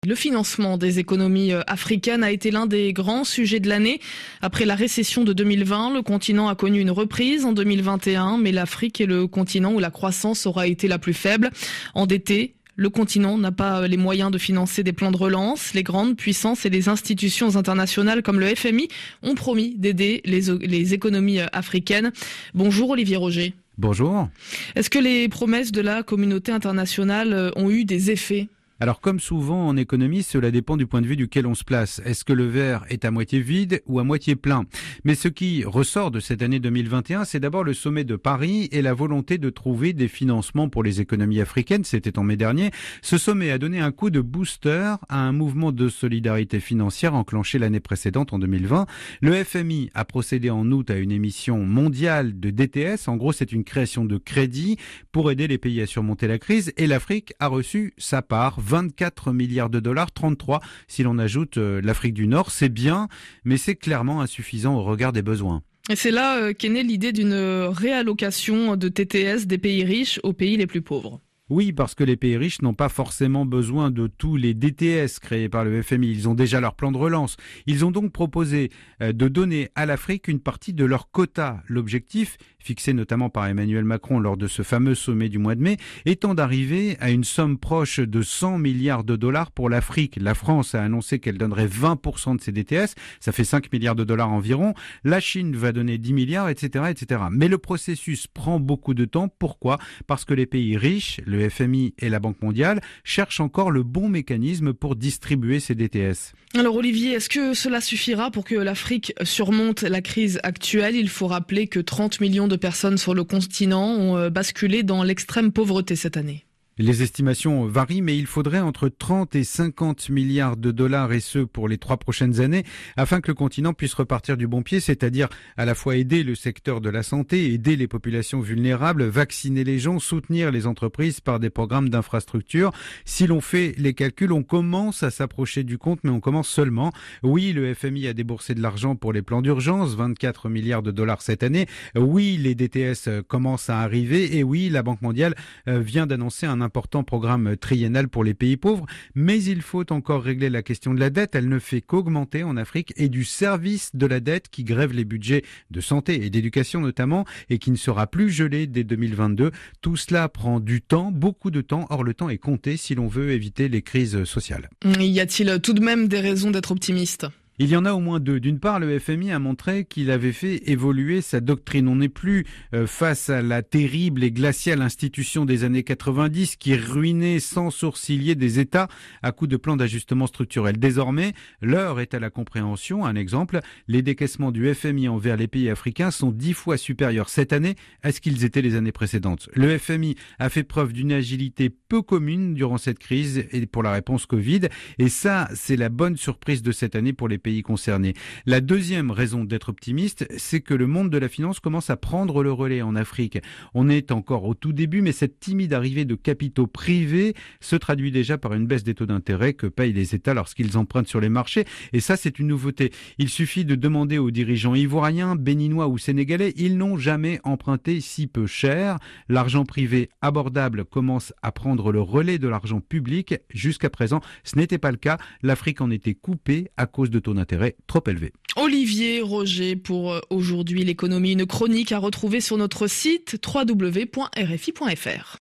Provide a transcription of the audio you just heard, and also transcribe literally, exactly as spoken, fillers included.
Le financement des économies africaines a été l'un des grands sujets de l'année. Après la récession de deux mille vingt, le continent a connu une reprise en deux mille vingt et un, mais l'Afrique est le continent où la croissance aura été la plus faible. Endetté, le continent n'a pas les moyens de financer des plans de relance. Les grandes puissances et les institutions internationales comme le F M I ont promis d'aider les, les économies africaines. Bonjour Olivier Roger. Bonjour. Est-ce que les promesses de la communauté internationale ont eu des effets ? Alors comme souvent en économie, cela dépend du point de vue duquel on se place. Est-ce que le verre est à moitié vide ou à moitié plein ? Mais ce qui ressort de cette année deux mille vingt et un, c'est d'abord le sommet de Paris et la volonté de trouver des financements pour les économies africaines. C'était en mai dernier. Ce sommet a donné un coup de booster à un mouvement de solidarité financière enclenché l'année précédente en deux mille vingt. Le F M I a procédé en août à une émission mondiale de D T S. En gros, c'est une création de crédit pour aider les pays à surmonter la crise et l'Afrique a reçu sa part. vingt-quatre milliards de dollars, trente-trois si l'on ajoute euh, l'Afrique du Nord. C'est bien, mais c'est clairement insuffisant au regard des besoins. Et c'est là euh, qu'est née l'idée d'une réallocation de T T S des pays riches aux pays les plus pauvres. Oui, parce que les pays riches n'ont pas forcément besoin de tous les D T S créés par le F M I. Ils ont déjà leur plan de relance. Ils ont donc proposé de donner à l'Afrique une partie de leur quota. L'objectif, fixé notamment par Emmanuel Macron lors de ce fameux sommet du mois de mai, étant d'arriver à une somme proche de cent milliards de dollars pour l'Afrique. La France a annoncé qu'elle donnerait vingt pour cent de ses D T S. Ça fait cinq milliards de dollars environ. La Chine va donner dix milliards, et cetera, et cetera. Mais le processus prend beaucoup de temps. Pourquoi ? Parce que les pays riches, le F M I et la Banque mondiale cherchent encore le bon mécanisme pour distribuer ces D T S. Alors Olivier, est-ce que cela suffira pour que l'Afrique surmonte la crise actuelle ? Il faut rappeler que trente millions de personnes sur le continent ont basculé dans l'extrême pauvreté cette année. Les estimations varient, mais il faudrait entre trente et cinquante milliards de dollars, et ce pour les trois prochaines années, afin que le continent puisse repartir du bon pied, c'est-à-dire à la fois aider le secteur de la santé, aider les populations vulnérables, vacciner les gens, soutenir les entreprises par des programmes d'infrastructure. Si l'on fait les calculs, on commence à s'approcher du compte, mais on commence seulement. Oui, le F M I a déboursé de l'argent pour les plans d'urgence, vingt-quatre milliards de dollars cette année. Oui, les D T S commencent à arriver, et oui, la Banque mondiale vient d'annoncer un important programme triennal pour les pays pauvres, mais il faut encore régler la question de la dette. Elle ne fait qu'augmenter en Afrique, et du service de la dette qui grève les budgets de santé et d'éducation notamment, et qui ne sera plus gelé dès deux mille vingt-deux. Tout cela prend du temps, beaucoup de temps. Or, le temps est compté si l'on veut éviter les crises sociales. Y a-t-il tout de même des raisons d'être optimiste ? Il y en a au moins deux. D'une part, le F M I a montré qu'il avait fait évoluer sa doctrine. On n'est plus euh, face à la terrible et glaciale institution des années quatre-vingt-dix qui ruinait sans sourciller des États à coups de plans d'ajustement structurel. Désormais, l'heure est à la compréhension. Un exemple, les décaissements du F M I envers les pays africains sont dix fois supérieurs cette année à ce qu'ils étaient les années précédentes. Le F M I a fait preuve d'une agilité peu commune durant cette crise et pour la réponse Covid. Et ça, c'est la bonne surprise de cette année pour les pays concernés. La deuxième raison d'être optimiste, c'est que le monde de la finance commence à prendre le relais en Afrique. On est encore au tout début, mais cette timide arrivée de capitaux privés se traduit déjà par une baisse des taux d'intérêt que payent les États lorsqu'ils empruntent sur les marchés. Et ça, c'est une nouveauté. Il suffit de demander aux dirigeants ivoiriens, béninois ou sénégalais, ils n'ont jamais emprunté si peu cher. L'argent privé abordable commence à prendre le relais de l'argent public. Jusqu'à présent, ce n'était pas le cas. L'Afrique en était coupée à cause de taux d'intérêt trop élevé. Olivier Roger pour aujourd'hui l'économie, une chronique à retrouver sur notre site w w w point r f i point f r.